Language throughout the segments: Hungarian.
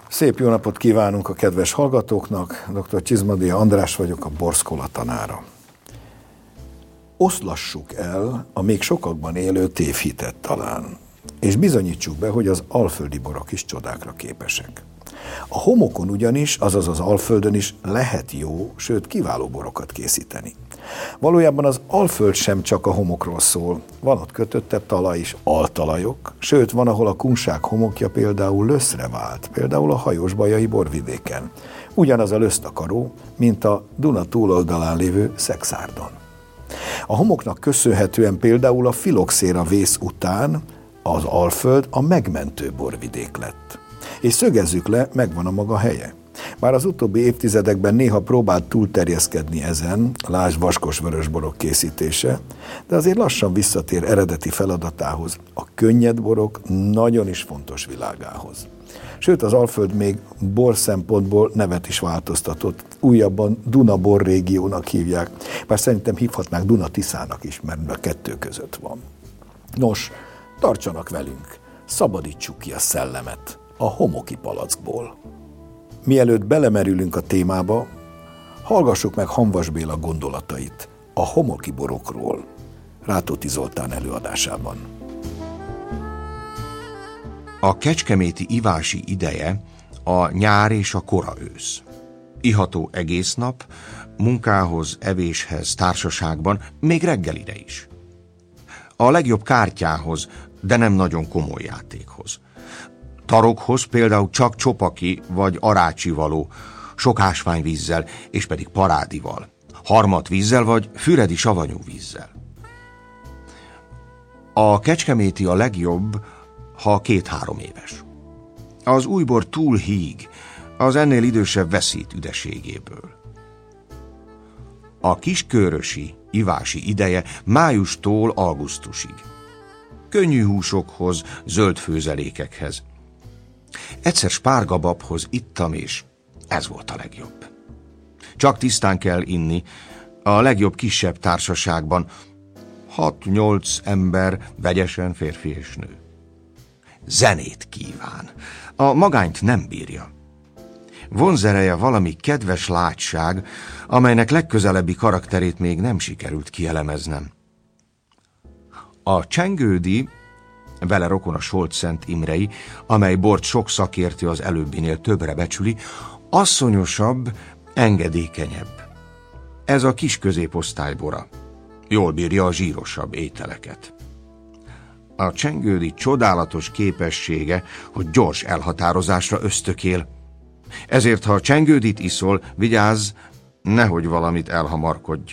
Szép jó napot kívánunk a kedves hallgatóknak, dr. Csizmadia András vagyok, a Borszkola tanára. Oszlassuk el a még sokakban élő tévhitet talán, és bizonyítsuk be, hogy az alföldi borok is csodákra képesek. A homokon ugyanis, azaz az Alföldön is lehet jó, sőt kiváló borokat készíteni. Valójában az Alföld sem csak a homokról szól, van ott kötöttebb talaj is, altalajok, sőt van, ahol a Kunság homokja például löszre vált, például a Hajósbajai borvidéken. Ugyanaz a lösztakaró, mint a Duna túloldalán lévő Szekszárdon. A homoknak köszönhetően például a filoxéra vész után az Alföld a megmentő borvidék lett. És szögezzük le, megvan a maga helye. Bár az utóbbi évtizedekben néha próbált túlterjeszkedni ezen, lásd vaskos vörösborok készítése, de azért lassan visszatér eredeti feladatához, a könnyed borok nagyon is fontos világához. Sőt, az Alföld még bor szempontból nevet is változtatott. Újabban Duna borrégiónak hívják, bár szerintem hívhatnák Duna-Tiszának is, mert a kettő között van. Nos, tartsanak velünk, szabadítsuk ki a szellemet a homoki palackból. Mielőtt belemerülünk a témába, hallgassuk meg Hamvas Béla gondolatait a homoki borokról Rátóti Zoltán előadásában. A kecskeméti ivási ideje a nyár és a kora ősz. Iható egész nap, munkához, evéshez, társaságban, még reggelire is. A legjobb kártyához, de nem nagyon komoly játékhoz. Tarokhoz például csak csopaki vagy arácsi való, sok ásványvízzel, és pedig parádival, harmatvízzel vagy füredi savanyú vízzel. A kecskeméti a legjobb, ha 2-3 éves. Az újbor túl híg, az ennél idősebb veszít üdeségéből. A kiskörösi, ivási ideje májustól augusztusig. Könnyű húsokhoz, zöld főzelékekhez. Egyszer spárgababhoz ittam, és ez volt a legjobb. Csak tisztán kell inni, a legjobb kisebb társaságban, 6-8 ember, vegyesen férfi és nő. Zenét kíván, a magányt nem bírja. Vonzereje valami kedves látság, amelynek legközelebbi karakterét még nem sikerült kielemeznem. A csengődi, vele rokon a Solc-Szent Imrei, amely bort sok szakértő az előbbinél többre becsüli, asszonyosabb, engedékenyebb. Ez a kis középosztály bora. Jól bírja a zsírosabb ételeket. A csengődi csodálatos képessége, hogy gyors elhatározásra ösztökél. Ezért, ha a csengődit iszol, vigyázz, nehogy valamit elhamarkodj.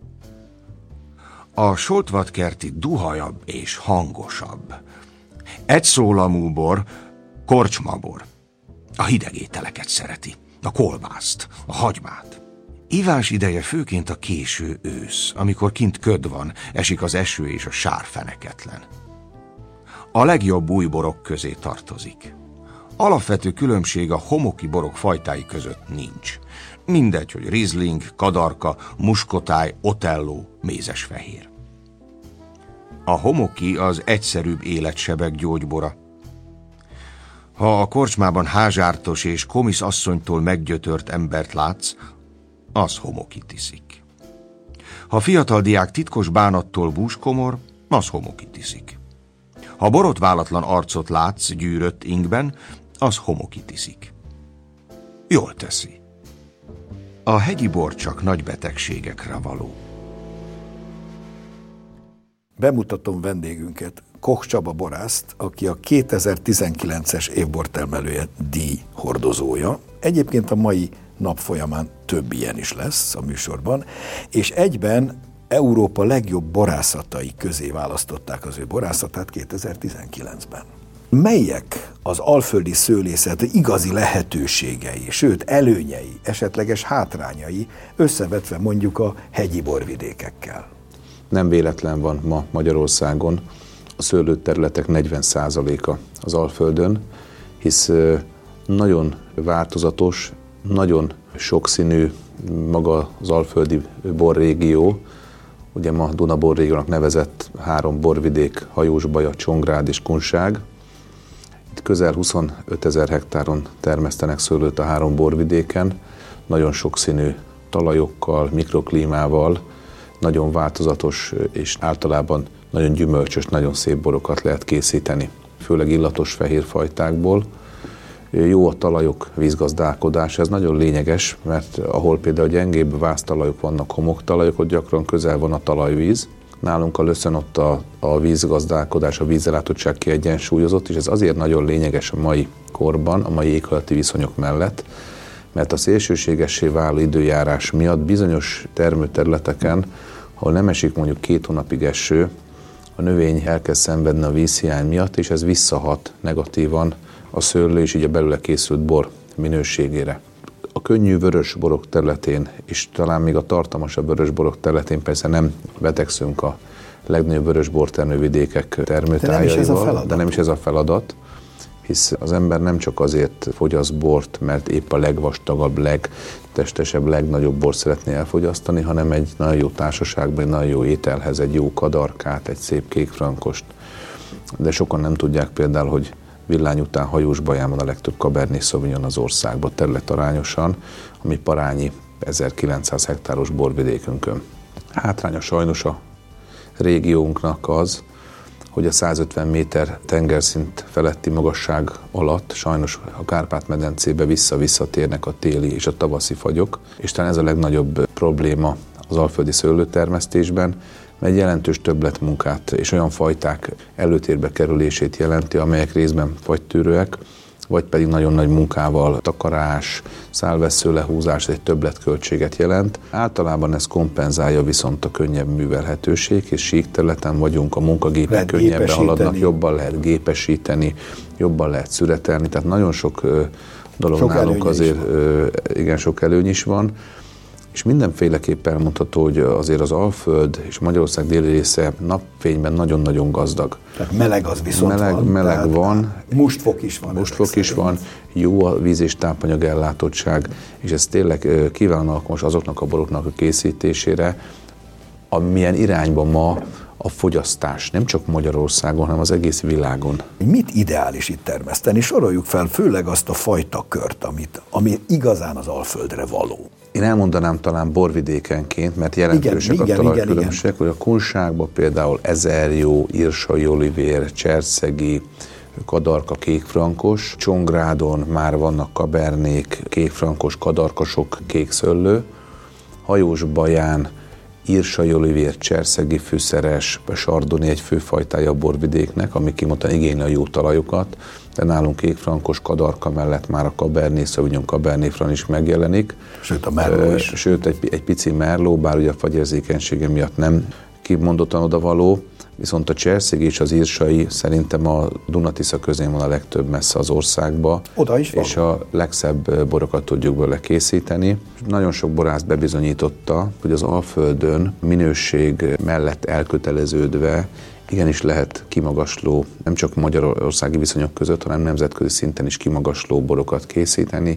A soltvatkerti duhajabb és hangosabb. Egyszólamú bor, korcsmabor. A hideg ételeket szereti, a kolbászt, a hagymát. Ivás ideje főként a késő ősz, amikor kint köd van, esik az eső és a sár feneketlen. A legjobb új borok közé tartozik. Alapvető különbség a homoki borok fajtái között nincs. Mindegy, hogy Riesling, Kadarka, Muskotáj, Otello, mézesfehér. A homoki az egyszerűbb életsebek gyógybora. Ha a korcsmában házsártos és komisz asszonytól meggyötört embert látsz, az homokit iszik. Ha fiatal diák titkos bánattól búskomor, az homokit iszik. Ha borotválatlan arcot látsz gyűrött ingben, az homokit iszik. Jól teszi. A hegyi bor csak nagy betegségekre való. Bemutatom vendégünket, Koch Csaba borászt, aki a 2019-es évbortermelője díj hordozója. Egyébként a mai nap folyamán több ilyen is lesz a műsorban, és egyben Európa legjobb borászatai közé választották az ő borászatát 2019-ben. Melyek az alföldi szőlészet igazi lehetőségei, sőt előnyei, esetleges hátrányai, összevetve mondjuk a hegyi borvidékekkel? Nem véletlen van ma Magyarországon a szőlőterületek 40%-a az Alföldön, hisz nagyon változatos, nagyon sokszínű maga az alföldi borrégió, ugye ma Duna borrégiónak nevezett 3 borvidék, Hajósbaja, Csongrád és Kunság, Itt közel 25 000 hektáron termesztenek szőlőt a 3 borvidéken, nagyon sokszínű talajokkal, mikroklímával, nagyon változatos és általában nagyon gyümölcsös, nagyon szép borokat lehet készíteni, főleg illatos fehér fajtákból. Jó a talajok vízgazdálkodása, ez nagyon lényeges, mert ahol például gyengébb váztalajok vannak, homoktalajok, ott gyakran közel van a talajvíz. Nálunk a Löszön ott a vízgazdálkodás, a vízellátottság kiegyensúlyozott, és ez azért nagyon lényeges a mai korban, a mai éghajlati viszonyok mellett, mert a szélsőségessé váló időjárás miatt bizonyos termőterületeken, ahol nem esik mondjuk 2 hónapig eső, a növény elkezd szenvedni a vízhiány miatt, és ez visszahat negatívan a szőlő és így a belőle készült bor minőségére. A könnyű vörös borok területén, és talán még a tartalmasabb vörös borok területén persze nem vetekszünk a legnagyobb vörös bortermővidékek termőtájaival, de nem is ez a feladat, hisz az ember nem csak azért fogyaszt bort, mert épp a legvastagabb, legtestesebb, legnagyobb bort szeretné elfogyasztani, hanem egy nagyon jó társaságban, egy nagyon jó ételhez, egy jó kadarkát, egy szép kékfrankost. De sokan nem tudják például, hogy Villány után hajós baján van a legtöbb Cabernet Sauvignon az országban területarányosan, ami parányi 1900 hektáros borvidékünkön. Hátránya sajnos a régiónknak az, hogy a 150 méter tengerszint feletti magasság alatt sajnos a Kárpát-medencébe visszatérnek a téli és a tavaszi fagyok, és talán ez a legnagyobb probléma az alföldi szőlőtermesztésben, mert egy jelentős többletmunkát és olyan fajták előtérbe kerülését jelenti, amelyek részben fagytűrőek, vagy pedig nagyon nagy munkával takarás, szálvessző lehúzás, egy többletköltséget jelent. Általában ez kompenzálja viszont a könnyebb művelhetőség, és sík területen vagyunk, a munkagépek könnyebben haladnak, jobban lehet gépesíteni, jobban lehet szüretelni, tehát nagyon sok dolog sok nálunk azért igen sok előny is van. És mindenféleképp elmondható, hogy azért az Alföld és Magyarország déli része napfényben nagyon-nagyon gazdag. Tehát meleg az viszont van. Meleg van. Mustfok is van. Mustfok is van, jó a víz- és tápanyag ellátottság, és ez tényleg kívánóan alkalmas azoknak a boroknak a készítésére, amilyen irányba ma a fogyasztás, nem csak Magyarországon, hanem az egész világon. Mit ideális itt termeszteni? Soroljuk fel főleg azt a fajta kört, ami igazán az Alföldre való. Én elmondanám talán borvidékenként, mert jelentősek a talajkülönbségek, hogy a Kunságban például Ezerjó, Irsai Olivér, Cserszegi, Kadarka, kékfrankos, Csongrádon már vannak kabernék, kékfrankos, kadarkasok, kékszöllő, Hajósbaján, Irsai Olivér, Cserszegi fűszeres, Sardoni egy főfajtája a borvidéknek, ami kimondtan igényli a jó talajokat, de nálunk kékfrankos, kadarka mellett már a Cabernet Sauvignon, Cabernet Franc is megjelenik. Sőt, a merló is. Sőt, egy pici merló, bár ugye a fagyérzékenysége miatt nem kimondottan odavaló, viszont a Cserszegi és az Irsai szerintem a Duna-Tisza közén van a legtöbb messze az országba. Oda is van. És a legszebb borokat tudjuk belőle készíteni. Nagyon sok borász bebizonyította, hogy az Alföldön minőség mellett elköteleződve igenis lehet kimagasló, nem csak magyarországi viszonyok között, hanem nemzetközi szinten is kimagasló borokat készíteni.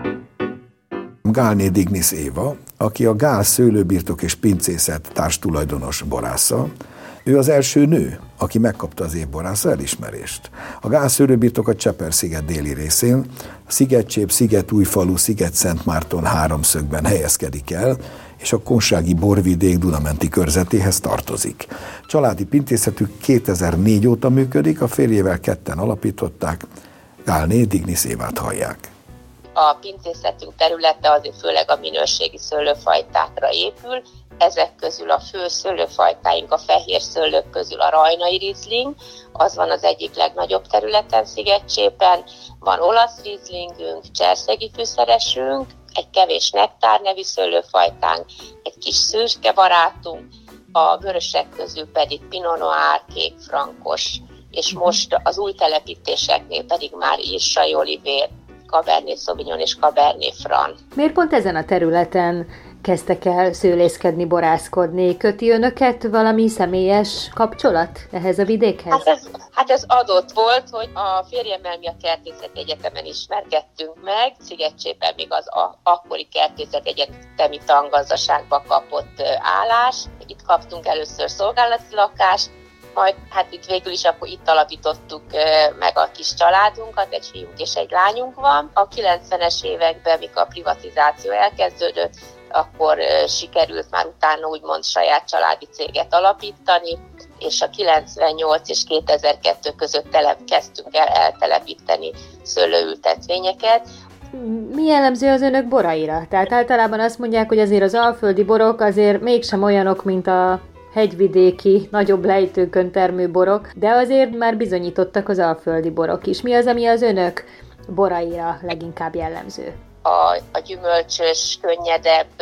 Gálné Dignis Éva, aki a Gál szőlőbirtok és pincészet társtulajdonos borásza, ő az első nő, aki megkapta az évborásza elismerést. A Gál szőlőbirtok a Cseper-sziget déli részén, Szigetcsép, Szigetújfalu, Sziget-Szentmárton háromszögben helyezkedik el, és a kunsági borvidék Dunamenti körzetéhez tartozik. Családi pincészetük 2004 óta működik, a férjével ketten alapították, Gálné Dignis Évát hallják. A pincészetünk területe azért főleg a minőségi szőlőfajtákra épül. Ezek közül a fő szőlőfajtáink, a fehér szőlők közül a rajnai Riesling, az van az egyik legnagyobb területen Szigetcsépen, van olasz Rieslingünk, cserszegi fűszeresünk, egy kevés nektár nevű szőlőfajtánk, egy kis szürke barátunk, a vörösek közül pedig Pinot Noir, kékfrankos, és most az új telepítéseknél pedig már Irsai Olivér, Cabernet Sauvignon és Cabernet Franc. Miért pont ezen a területen kezdtek el szőlészkedni, borászkodni? Köti önöket valami személyes kapcsolat ehhez a vidékhez? Hát ez adott volt, hogy a férjemmel mi a Kertészeti Egyetemen ismerkedtünk meg, Szigetcsépen még az akkori Kertészeti Egyetemi Tangazdaságba kapott állást. Itt kaptunk először szolgálati lakást, majd hát itt végül is akkor itt alapítottuk meg a kis családunkat, egy fiunk és egy lányunk van. A 90-es években, mikor a privatizáció elkezdődött, akkor sikerült már utána úgymond saját családi céget alapítani, és a 98 és 2002 között kezdtünk el eltelepíteni szőlőültetvényeket. Mi jellemző az önök boraira? Tehát általában azt mondják, hogy azért az alföldi borok azért mégsem olyanok, mint a hegyvidéki, nagyobb lejtőkön termő borok, de azért már bizonyítottak az alföldi borok is. Mi az, ami az önök boraira leginkább jellemző? A gyümölcsös, könnyedebb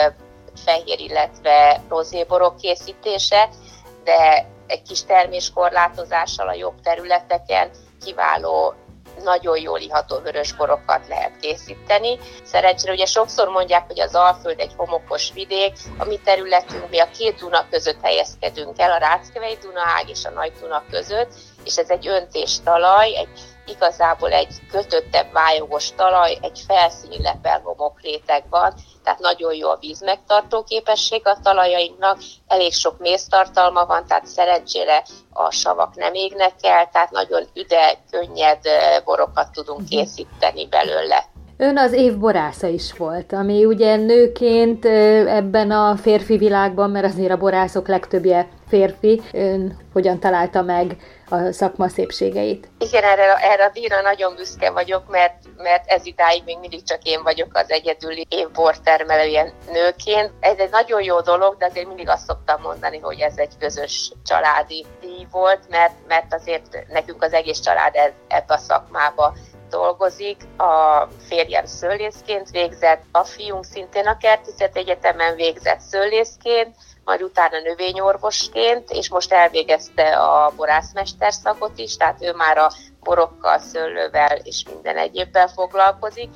fehér, illetve rozéborok készítése, de egy kis terméskorlátozással a jobb területeken kiváló, nagyon jól iható vörösborokat lehet készíteni. Szerencsére ugye sokszor mondják, hogy az Alföld egy homokos vidék, a mi területünk, mi a két Duna között helyezkedünk el, a Ráckevei Dunaág és a Nagy Duna között, és ez egy öntés talaj, igazából egy kötöttebb, vályogos talaj, egy felszíni lepelhomok réteg van, tehát nagyon jó a vízmegtartó képesség a talajainknak, elég sok méztartalma van, tehát szerencsére a savak nem égnek el, tehát nagyon üde, könnyed borokat tudunk készíteni belőle. Ön az év borásza is volt, ami ugye nőként ebben a férfi világban, mert azért a borászok legtöbbje férfi, ön hogyan találta meg a szakma szépségeit? Igen, erre a díjra nagyon büszke vagyok, mert ez idáig még mindig csak én vagyok az egyedüli évbortermelője nőként. Ez egy nagyon jó dolog, de azért mindig azt szoktam mondani, hogy ez egy közös családi díj volt, mert azért nekünk az egész család ebbe a szakmába dolgozik. A férjem szőlészként végzett, a fiunk szintén a Kertészeti Egyetemen végzett szőlészként, majd utána növényorvosként, és most elvégezte a borászmester szakot is, tehát ő már a borokkal, szőlővel és minden egyébben foglalkozik.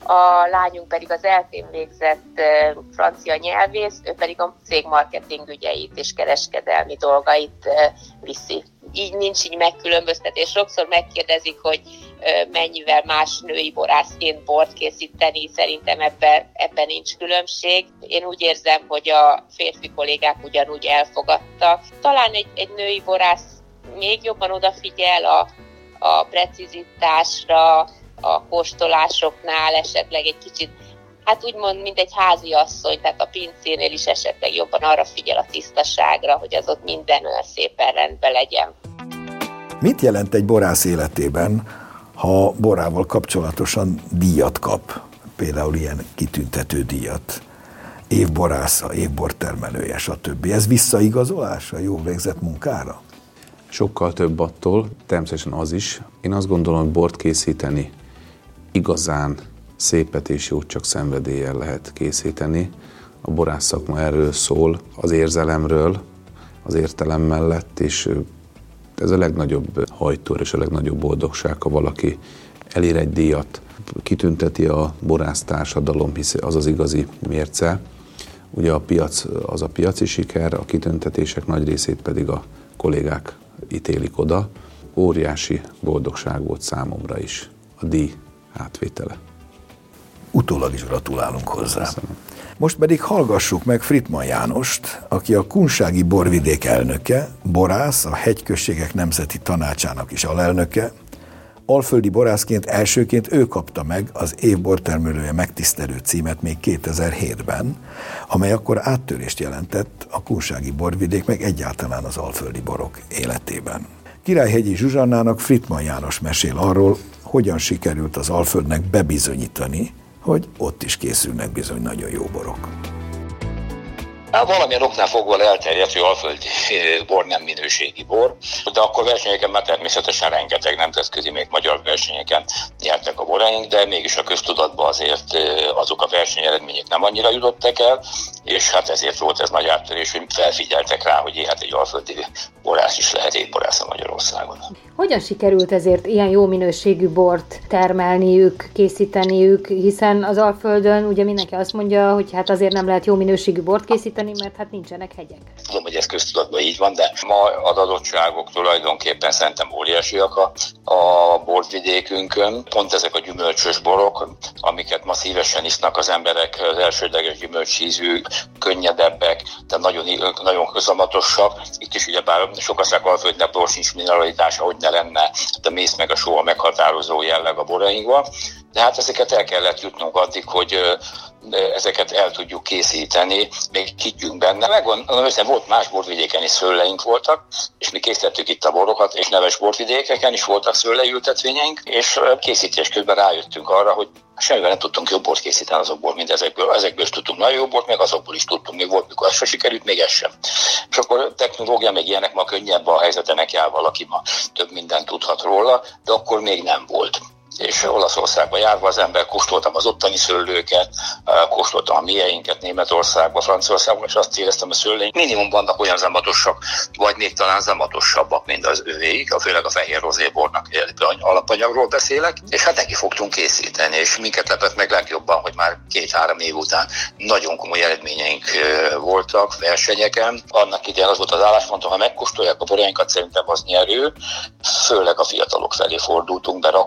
A lányunk pedig az ELTE-n végzett francia nyelvész, ő pedig a cég marketing ügyeit és kereskedelmi dolgait viszi. Így nincs így megkülönböztetés. Sokszor megkérdezik, hogy mennyivel más női borászként bort készíteni, szerintem ebben nincs különbség. Én úgy érzem, hogy a férfi kollégák ugyanúgy elfogadtak. Talán egy női borász még jobban odafigyel a precizitásra, a kóstolásoknál esetleg egy kicsit, hát úgymond, mint egy háziasszony, tehát a pincénél is esetleg jobban arra figyel a tisztaságra, hogy az ott minden olyan szépen rendben legyen. Mit jelent egy borász életében, ha borával kapcsolatosan díjat kap? Például ilyen kitüntető díjat. Évborásza, évbortermelője, stb. Ez visszaigazolás a jól végzett munkára? Sokkal több attól, természetesen az is. Én azt gondolom, hogy bort készíteni igazán szépet és jót csak szenvedéllyel lehet készíteni. A borász szakma erről szól, az érzelemről, az értelem mellett, és ez a legnagyobb hajtó és a legnagyobb boldogság, ha valaki elér egy díjat, kitünteti a borász társadalom, hisz az az igazi mérce. Ugye a piac az a piaci siker, a kitüntetések nagy részét pedig a kollégák ítélik oda. Óriási boldogság volt számomra is a díj átvétele. Utólag is gratulálunk hozzá. Köszönöm. Most pedig hallgassuk meg Frittmann Jánost, aki a kunsági borvidék elnöke, borász, a Hegyközségek Nemzeti Tanácsának is alelnöke. Alföldi borászként elsőként ő kapta meg az évbortermelője megtisztelő címet még 2007-ben, amely akkor áttörést jelentett a kunsági borvidék, meg egyáltalán az alföldi borok életében. Királyhegyi Zsuzsannának Frittmann János mesél arról, hogyan sikerült az Alföldnek bebizonyítani, hogy ott is készülnek bizony nagyon jó borok. Valamilyen oknál fogva elterjedt, hogy alföldi bor nem minőségi bor, de akkor versenyeken már természetesen rengeteg nemzetközi, még magyar versenyeken nyertek a boraink, de mégis a köztudatban azért azok a versenyeredmények nem annyira jutottak el, és hát ezért volt ez nagy áttörés, hogy felfigyeltek rá, hogy hát egy alföldi borász is lehet évborász a Magyarországon. Hogyan sikerült ezért ilyen jó minőségű bort termelniük, készíteniük, hiszen az Alföldön ugye mindenki azt mondja, hogy hát azért nem lehet jó minőségű bort készíteni, mert hát nincsenek hegyek. Tudom, hogy ez köztudatban így van, de ma az adottságok tulajdonképpen szerintem óriásiak a borvidékünkön. Pont ezek a gyümölcsös borok, amiket ma szívesen isznak az emberek, az elsődleges gyümölcsízű, könnyedebbek, tehát nagyon közamatosak. Itt is ugyebár sokaszták Alföldnek bor sincs mineralitása, hogy ne lenne, de mész meg a só a meghatározó jelleg a borainkban. De hát ezeket el kellett jutnunk addig, hogy ezeket el tudjuk készíteni, még higgyünk benne. Megmondom, volt más borvidéken is szőleink voltak, és mi készítettük itt a borokat, és neves borvidékeken is voltak szőleültetvényeink, és készítés közben rájöttünk arra, hogy semmivel nem tudtunk jobb bort készíteni azokból, mint ezekből. Ezekből is tudtunk nagyon jó bort, meg azokból is tudtunk. Még volt, mikor az se sikerült, még ez sem. És akkor technológia, meg ilyenek ma könnyebb a helyzetenek jár, valaki ma több mindent tudhat róla, de akkor még nem volt. És Olaszországba járva az ember kóstoltam az ottani szőlőket, kóstoltam a mieinket Németországba, Franciaországban, és azt éreztem, a szőlőink minimum vannak olyan zamatosak, vagy még talán zamatosabbak, mint az övéik, főleg a fehér rozébornak alapanyagról beszélek, és hát neki fogtunk készíteni, és minket lepett meg legjobban, hogy már 2-3 év után nagyon komoly eredményeink voltak versenyeken. Annak idején az volt az álláspontom, ha megkóstolják a borainkat, szerintem az nyerő, főleg a fiatalok felé fordultunk, mert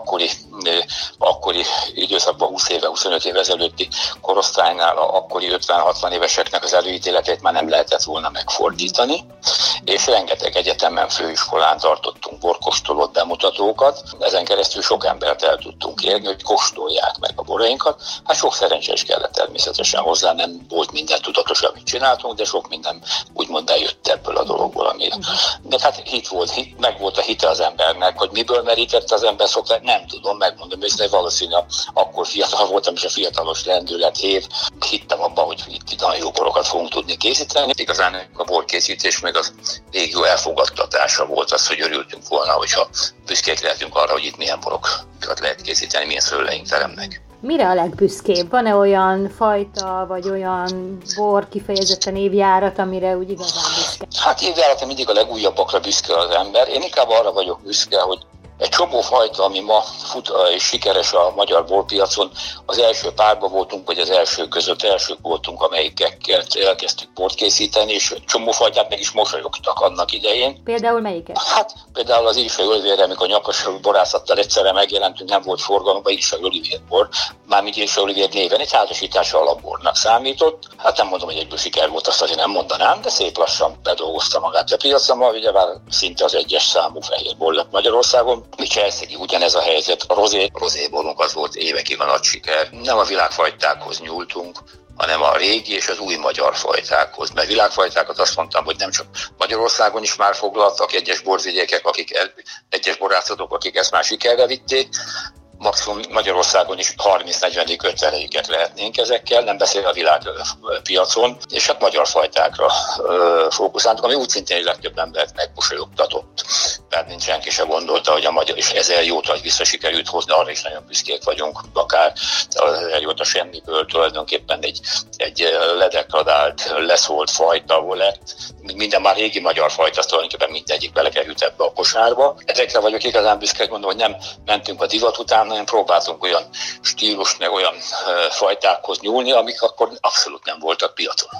akkori időszakban 20 éve, 25 éve ezelőtti korosztálynál akkori 50-60 éveseknek az előítéletét már nem lehetett volna megfordítani, és rengeteg egyetemen, főiskolán tartottunk borkóstolót, bemutatókat, ezen keresztül sok embert el tudtunk érni, hogy kóstolják meg a borainkat. Hát sok szerencse is kellett természetesen hozzá, nem volt minden tudatos, amit csináltunk, de sok minden úgymond eljött ebből a dologból, ami. De hát meg volt a hite az embernek, hogy miből merített az ember szokták, nem tudom, megmondom, hogy valószínűleg akkor fiatal voltam, és a fiatalos lendület év, hittem abban, hogy itt nagyon jó borokat fogunk tudni készíteni. Igazán a borkészítés meg az régió elfogadtatása volt az, hogy örültünk volna, hogyha büszkék lehetünk arra, hogy itt milyen borokat lehet készíteni, milyen szőleink teremnek. Mire a legbüszkébb? Van-e olyan fajta, vagy olyan bor kifejezetten évjárat, amire úgy igazán büszke? Hát évjárat mindig a legújabbakra büszke az ember. Én inkább arra vagyok büszke, hogy egy csomó fajta, ami ma fut és sikeres a magyar borpiacon, az első párban voltunk, vagy az elsők között elsők voltunk, amelyikkel elkezdtük bort készíteni, és egy csomó fajtát meg is mosolyogtak annak idején. Például melyiket? Hát például az Irsai Olivérre, amikor Nyakassavi borászattal egyszerre megjelentünk, nem volt forgalomban Irsai Olivér bor, mármint Irsai Olivér néven egy házasítása alapbornak számított. Hát nem mondom, hogy egyből siker volt, azt azért nem mondanám, de szép lassan bedolgozta magát a piacon, ma ugye már szinte az egyes számú fehérbor lett Magyarországon. Mi Cselszegi ugyanez a helyzet, a rozéborunk az volt évekig a nagy siker. Nem a világfajtákhoz nyúltunk, hanem a régi és az új magyar fajtákhoz. Mert világfajtákat azt mondtam, hogy nem csak Magyarországon is már foglaltak egyes borvidékek, egyes borászatok, akik ezt már sikerre vitték, maximum Magyarországon is 30-40-50-iket lehetnénk ezekkel, nem beszél a világpiacon, és hát magyar fajtákra fókuszáltunk, ami úgy szintén legtöbb embert megmosolyogtatott. Tehát nincs senki se gondolta, hogy a magyar, és 1000 jót vissza sikerült hozni, arra is nagyon büszkék vagyunk, akár 1000 jót a semmiből tulajdonképpen egy ledegradált, leszólt fajta, ahol lett. Minden már régi magyar fajta, az tulajdonképpen mindegyik belekerült ebbe a kosárba. Ezekre vagyok igazán büszke, mondom, hogy nem mentünk a divat után, hanem próbáltunk olyan stílus, meg olyan fajtákhoz nyúlni, amik akkor abszolút nem voltak piacon.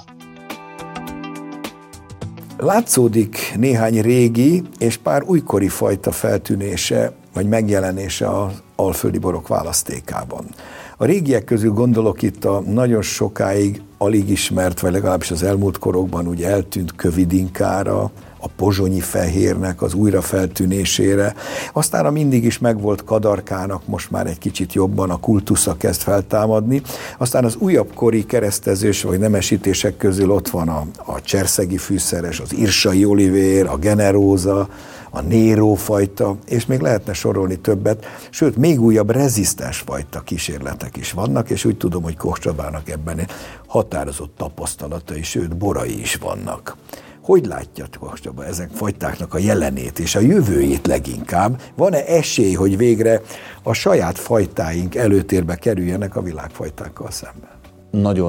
Látszódik néhány régi és pár újkori fajta feltűnése vagy megjelenése az alföldi borok választékában. A régiek közül gondolok itt a nagyon sokáig alig ismert, vagy legalábbis az elmúlt korokban úgy eltűnt kövidinkára, a pozsonyi fehérnek az újrafeltűnésére. Aztán a mindig is megvolt kadarkának most már egy kicsit jobban a kultusza kezd feltámadni. Aztán az újabb kori keresztezős vagy nemesítések közül ott van a cserszegi fűszeres, az Irsai Olivér, a Generóza, a Néró fajta, és még lehetne sorolni többet, sőt, még újabb rezisztens fajta kísérletek is vannak, és úgy tudom, hogy Koch Csabának ebben határozott tapasztalatai, sőt, borai is vannak. Hogy látja Koch Csaba ezek fajtáknak a jelenét és a jövőjét leginkább? Van-e esély, hogy végre a saját fajtáink előtérbe kerüljenek a világfajtákkal szemben? Nagyon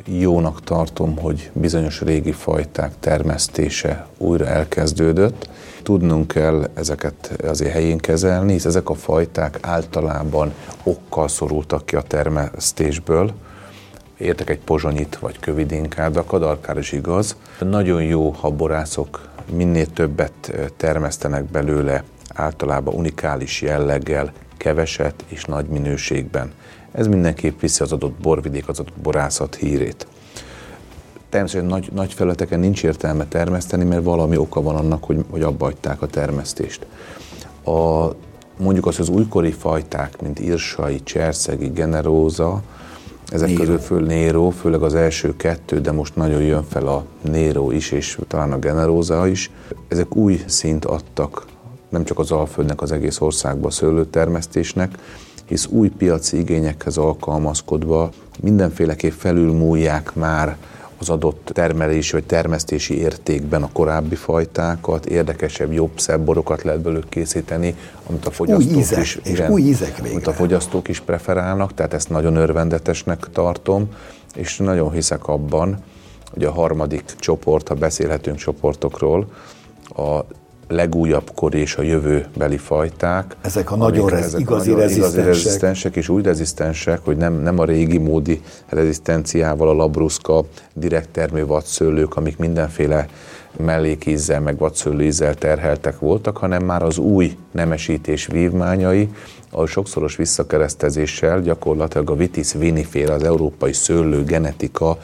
jónak tartom, hogy bizonyos régi fajták termesztése újra elkezdődött. Tudnunk kell ezeket azért helyén kezelni, hisz ezek a fajták általában okkal szorultak ki a termesztésből. Értek egy pozsonyit vagy kövidinkát, de a kadarkár is igaz. Nagyon jó, ha borászok minél többet termesztenek belőle, általában unikális jelleggel, keveset és nagy minőségben. Ez mindenképp viszi az adott borvidék, az adott borászat hírét. Természetesen nagy felületeken nincs értelme termeszteni, mert valami oka van annak, hogy abba hagyták a termesztést. Mondjuk az, az újkori fajták, mint irsai, cserszegi, generóza, ezek közül Nero, főleg az első kettő, de most nagyon jön fel a Nero is, és talán a generóza is. Ezek új szint adtak nem csak az Alföldnek, az egész országban a szőlőtermesztésnek, hisz új piaci igényekhez alkalmazkodva mindenféleképp felülmúlják már az adott termelési vagy termesztési értékben a korábbi fajtákat, érdekesebb, jobb, szebb borokat lehet belőlük készíteni, amit a fogyasztók is preferálnak, tehát ezt nagyon örvendetesnek tartom, és nagyon hiszek abban, hogy a harmadik csoport, ha beszélhetünk csoportokról, a legújabb kor és a jövőbeli fajták. Ezek a nagyon igazi rezisztensek. És úgy rezisztensek, hogy nem a régi módi rezisztenciával a labruszka, direkt termő vadszőlők, amik mindenféle mellékízzel, meg vadszőlőízzel terheltek voltak, hanem már az új nemesítés vívmányai, ahol sokszoros visszakeresztezéssel gyakorlatilag a Vitis vinifera, az európai szőlő genetika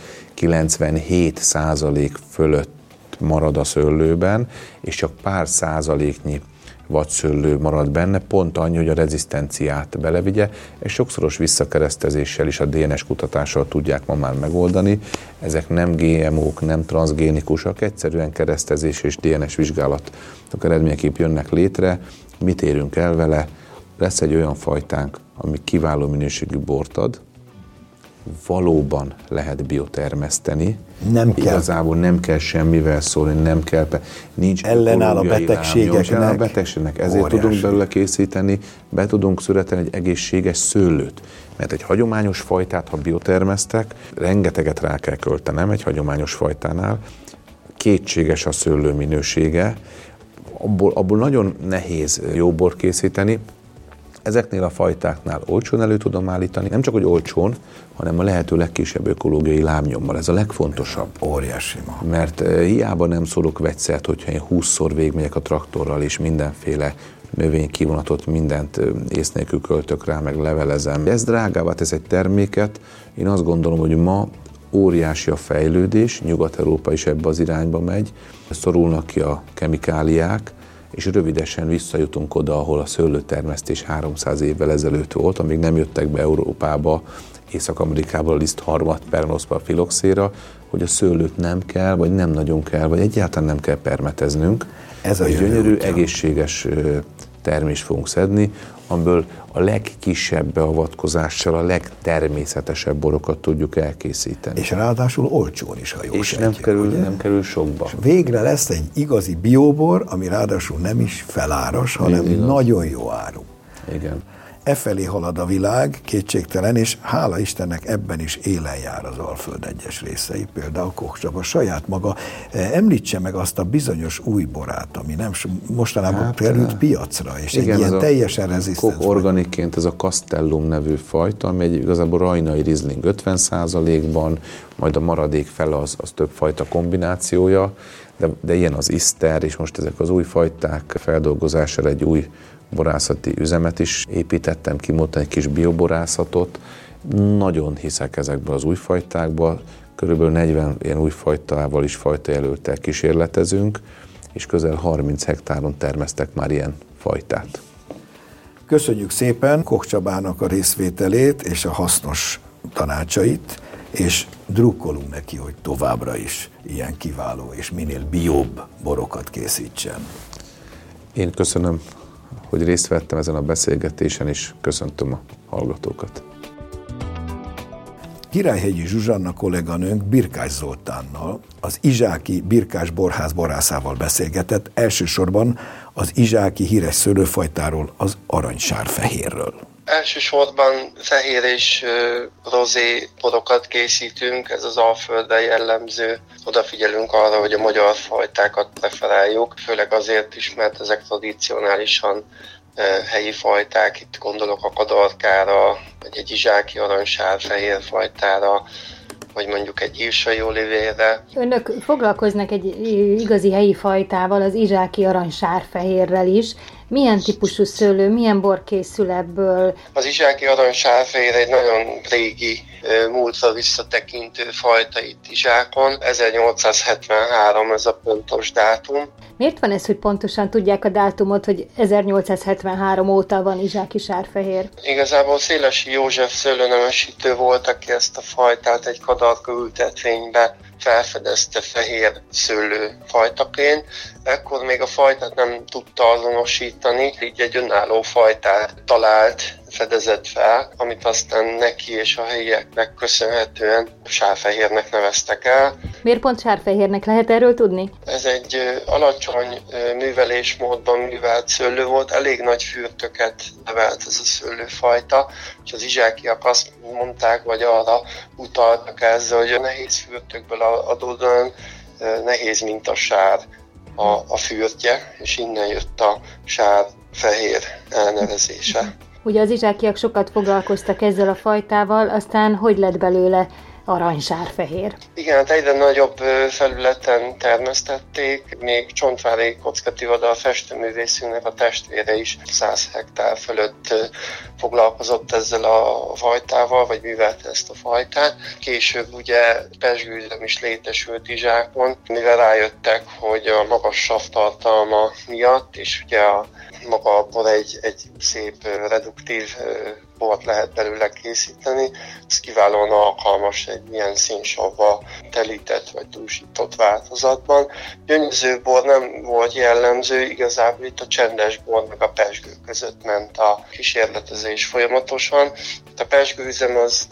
97% fölött marad a szőlőben, és csak pár százaléknyi vadszőlő marad benne, pont annyi, hogy a rezisztenciát belevigye, és sokszoros visszakeresztezéssel is a DNS kutatással tudják ma már megoldani. Ezek nem GMO-k, nem transzgénikusak, egyszerűen keresztezés és DNS vizsgálatok eredményeképp jönnek létre. Mit érünk el vele? Lesz egy olyan fajtánk, ami kiváló minőségű bort ad, valóban lehet biotermeszteni, igazából nem kell semmivel szólni, nem kell, nincs ellenáll a betegségeknek, ezért tudunk belőle készíteni, be tudunk születni egy egészséges szőlőt. Mert egy hagyományos fajtát, ha biotermesztek, rengeteget rá kell költenem egy hagyományos fajtánál, kétséges a szőlő minősége, abból nagyon nehéz jó bort készíteni. Ezeknél a fajtáknál olcsón elő tudom állítani, nem csak hogy olcsón, hanem a lehető legkisebb ökológiai lábnyommal. Ez a legfontosabb. Óriási. Mert hiába nem szórok vegyszert, hogyha én 20-szor végigmegyek a traktorral, és mindenféle növénykivonatot, mindent ész nélkül költök rá, meg levelezem. Ez drágává tesz egy terméket. Én azt gondolom, hogy ma óriási a fejlődés, Nyugat-Európa is ebbe az irányba megy, szorulnak ki a kemikáliák, és rövidesen visszajutunk oda, ahol a szőlőtermesztés 300 évvel ezelőtt volt, amíg nem jöttek be Európába, Észak-Amerikából a lisztharmat, Peronospora filoxéra, hogy a szőlőt nem kell, vagy nem nagyon kell, vagy egyáltalán nem kell permeteznünk. Ez a gyönyörű, egészséges termést fogunk szedni, amiből a legkisebb beavatkozással a legtermészetesebb borokat tudjuk elkészíteni. És ráadásul olcsón is, ha jól és nem kerül sokba. És végre lesz egy igazi biobor, ami ráadásul nem is feláras, hanem nagyon jó áru. Igen. Efelé halad a világ, kétségtelen, és hála Istennek ebben is élen jár az Alföld egyes részei, például Koch Csaba saját maga. Említse meg azt a bizonyos új borát, ami nem mostanában került piacra, és igen, egy ilyen teljesen rezisztens. Koch organikként ez a Castellum nevű fajta, ami egy igazából rajnai Riesling 50%-ban, majd a maradék fele az több fajta kombinációja, de ilyen az Iszter, és most ezek az új fajták feldolgozására egy új borászati üzemet is építettem, kimondtam egy kis bioborászatot. Nagyon hiszek ezekből az új fajtákba, körülbelül 40 ilyen új fajtával is fajtajelölttel kísérletezünk, és közel 30 hektáron termesztek már ilyen fajtát. Köszönjük szépen Koch Csabának a részvételét és a hasznos tanácsait, és drukkolunk neki, hogy továbbra is ilyen kiváló és minél bióbb borokat készítsen. Én köszönöm, hogy részt vettem ezen a beszélgetésen, és köszöntöm a hallgatókat. Királyhegyi Zsuzsanna kolléganőnk Birkás Zoltánnal, az Izsáki Birkás Borház borászával beszélgetett, elsősorban az izsáki híres szőlőfajtáról, az aranysárfehérről. Elsősorban fehér és rozé borokat készítünk, ez az Alföldre jellemző. Odafigyelünk arra, hogy a magyar fajtákat preferáljuk, főleg azért is, mert ezek tradicionálisan helyi fajták, itt gondolok a kadarkára, vagy egy izsáki aranysárfehér fajtára, vagy mondjuk egy írsai olivérre. Önök foglalkoznak egy igazi helyi fajtával, az izsáki aranysárfehérrel is. Milyen típusú szőlő, milyen bor készül ebből? Az izsáki aranysárfehér egy nagyon régi, múltra visszatekintő fajta itt Izsákon. 1873 ez a pontos dátum. Miért van ez, hogy pontosan tudják a dátumot, hogy 1873 óta van izsáki sárfehér? Igazából Szélesi József szőlőnemesítő volt, aki ezt a fajtát egy kadarka ültetvénybe felfedezte fehér szőlőfajtaként. Ekkor még a fajtát nem tudta azonosítani, így egy önálló fajtát talált, fedezett fel, amit aztán neki és a helyieknek köszönhetően sárfehérnek neveztek el. Miért pont sárfehérnek, lehet erről tudni? Ez egy alacsony művelésmódban művelt szőlő volt, elég nagy fürtöket nevelt ez a szőlőfajta, és az izsákiak azt mondták, vagy arra utaltak ezzel, hogy a nehéz fürtökből adódóan nehéz, mint a sár a fürtje, és innen jött a sárfehér elnevezése. Ugye az izsákiak sokat foglalkoztak ezzel a fajtával, aztán hogy lett belőle aranysárfehér? Igen, hát egyre nagyobb felületen termesztették, még Csontvári Kockativadar festőművészünknek a testvére is 100 hektár fölött foglalkozott ezzel a fajtával, vagy művelte ezt a fajtát. Később ugye pezsgőüzem is létesült Izsákon, mivel rájöttek, hogy a magas savtartalma miatt, és ugye maga a bor egy szép reduktív bort lehet belőle készíteni. Ez kiválóan alkalmas egy ilyen színsavval telített vagy dúsított változatban. Gyöngyöző bor nem volt jellemző, igazából itt a csendes bor meg a pezsgő között ment a kísérletezés folyamatosan. A pezsgőüzem az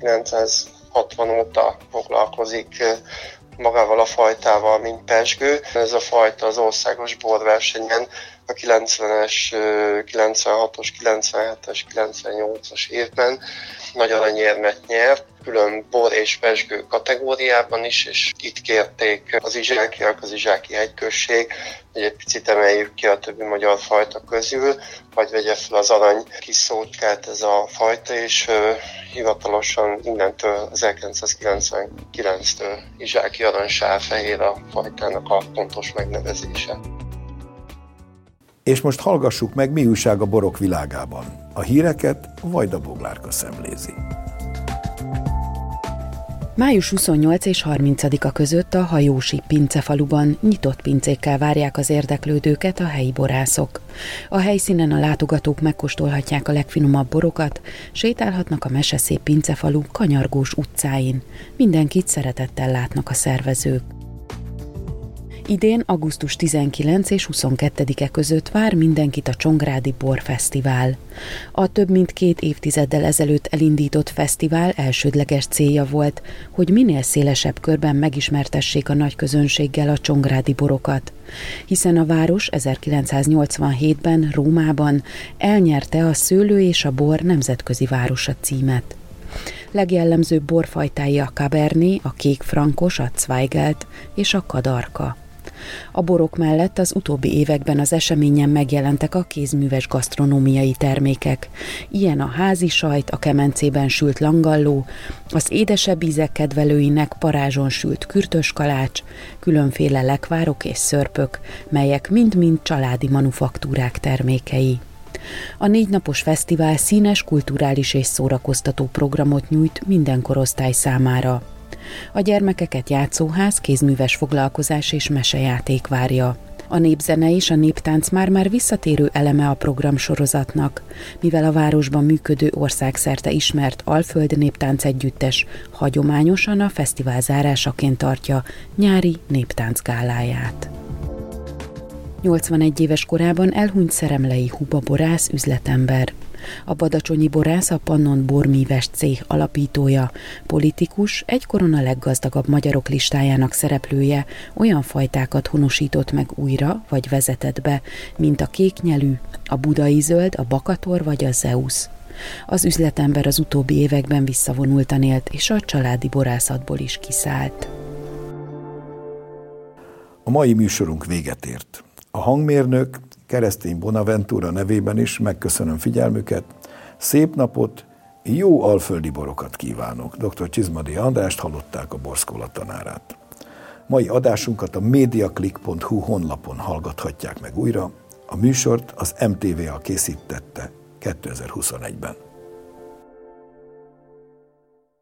1960 óta foglalkozik magával a fajtával, mint pezsgő. Ez a fajta az országos borversenyen a 90-es, 96-os, 97-es, 98-as évben nagy aranyérmet nyert, külön bor és pezsgő kategóriában is, és itt kérték az izsákiak, az Izsáki hegyközség, hogy egy picit emeljük ki a többi magyar fajta közül, vagy vegye fel az arany kis szócskát ez a fajta, és hivatalosan innentől 1999-től izsáki aranysárfehér a fajtának a pontos megnevezése. És most hallgassuk meg, mi újság a borok világában. A híreket Vajda Boglárka szemlézi. Május 28 és 30-a között a Hajósi pincefaluban nyitott pincékkel várják az érdeklődőket a helyi borászok. A helyszínen a látogatók megkóstolhatják a legfinomabb borokat, sétálhatnak a meseszép pincefalu kanyargós utcáin. Mindenkit szeretettel látnak a szervezők. Idén augusztus 19 és 22-e között vár mindenkit a Csongrádi Borfesztivál. A több mint 2 évtizeddel ezelőtt elindított fesztivál elsődleges célja volt, hogy minél szélesebb körben megismertessék a nagy közönséggel a csongrádi borokat, hiszen a város 1987-ben Rómában elnyerte a Szőlő és a Bor nemzetközi városa címet. Legjellemzőbb borfajtái a Cabernet, a Kék Frankos, a Zweigelt és a Kadarka. A borok mellett az utóbbi években az eseményen megjelentek a kézműves gasztronómiai termékek. Ilyen a házi sajt, a kemencében sült langalló, az édesebb ízek kedvelőinek parázson sült kürtös kalács, különféle lekvárok és szörpök, melyek mind-mind családi manufaktúrák termékei. A 4 napos fesztivál színes, kulturális és szórakoztató programot nyújt minden korosztály számára. A gyermekeket játszóház, kézműves foglalkozás és mesejáték várja. A népzene és a néptánc már visszatérő eleme a programsorozatnak, mivel a városban működő országszerte ismert Alföld néptánc együttes hagyományosan a fesztivál zárásaként tartja nyári néptáncgáláját. 81 éves korában elhunyt Szeremlei Huba borász üzletember. A badacsonyi borász a Pannon bormíves cég alapítója, politikus, egykoron a leggazdagabb magyarok listájának szereplője, olyan fajtákat honosított meg újra, vagy vezetett be, mint a kéknyelű, a budai zöld, a bakator vagy a Zeus. Az üzletember az utóbbi években visszavonultan élt, és a családi borászatból is kiszállt. A mai műsorunk véget ért. A hangmérnök Keresztény Bonaventura nevében is megköszönöm figyelmüket. Szép napot, jó alföldi borokat kívánok. Dr. Csizmadi Andrást hallották, a borszkola tanárát. Mai adásunkat a mediaclick.hu honlapon hallgathatják meg újra. A műsort az MTVA készítette 2021-ben.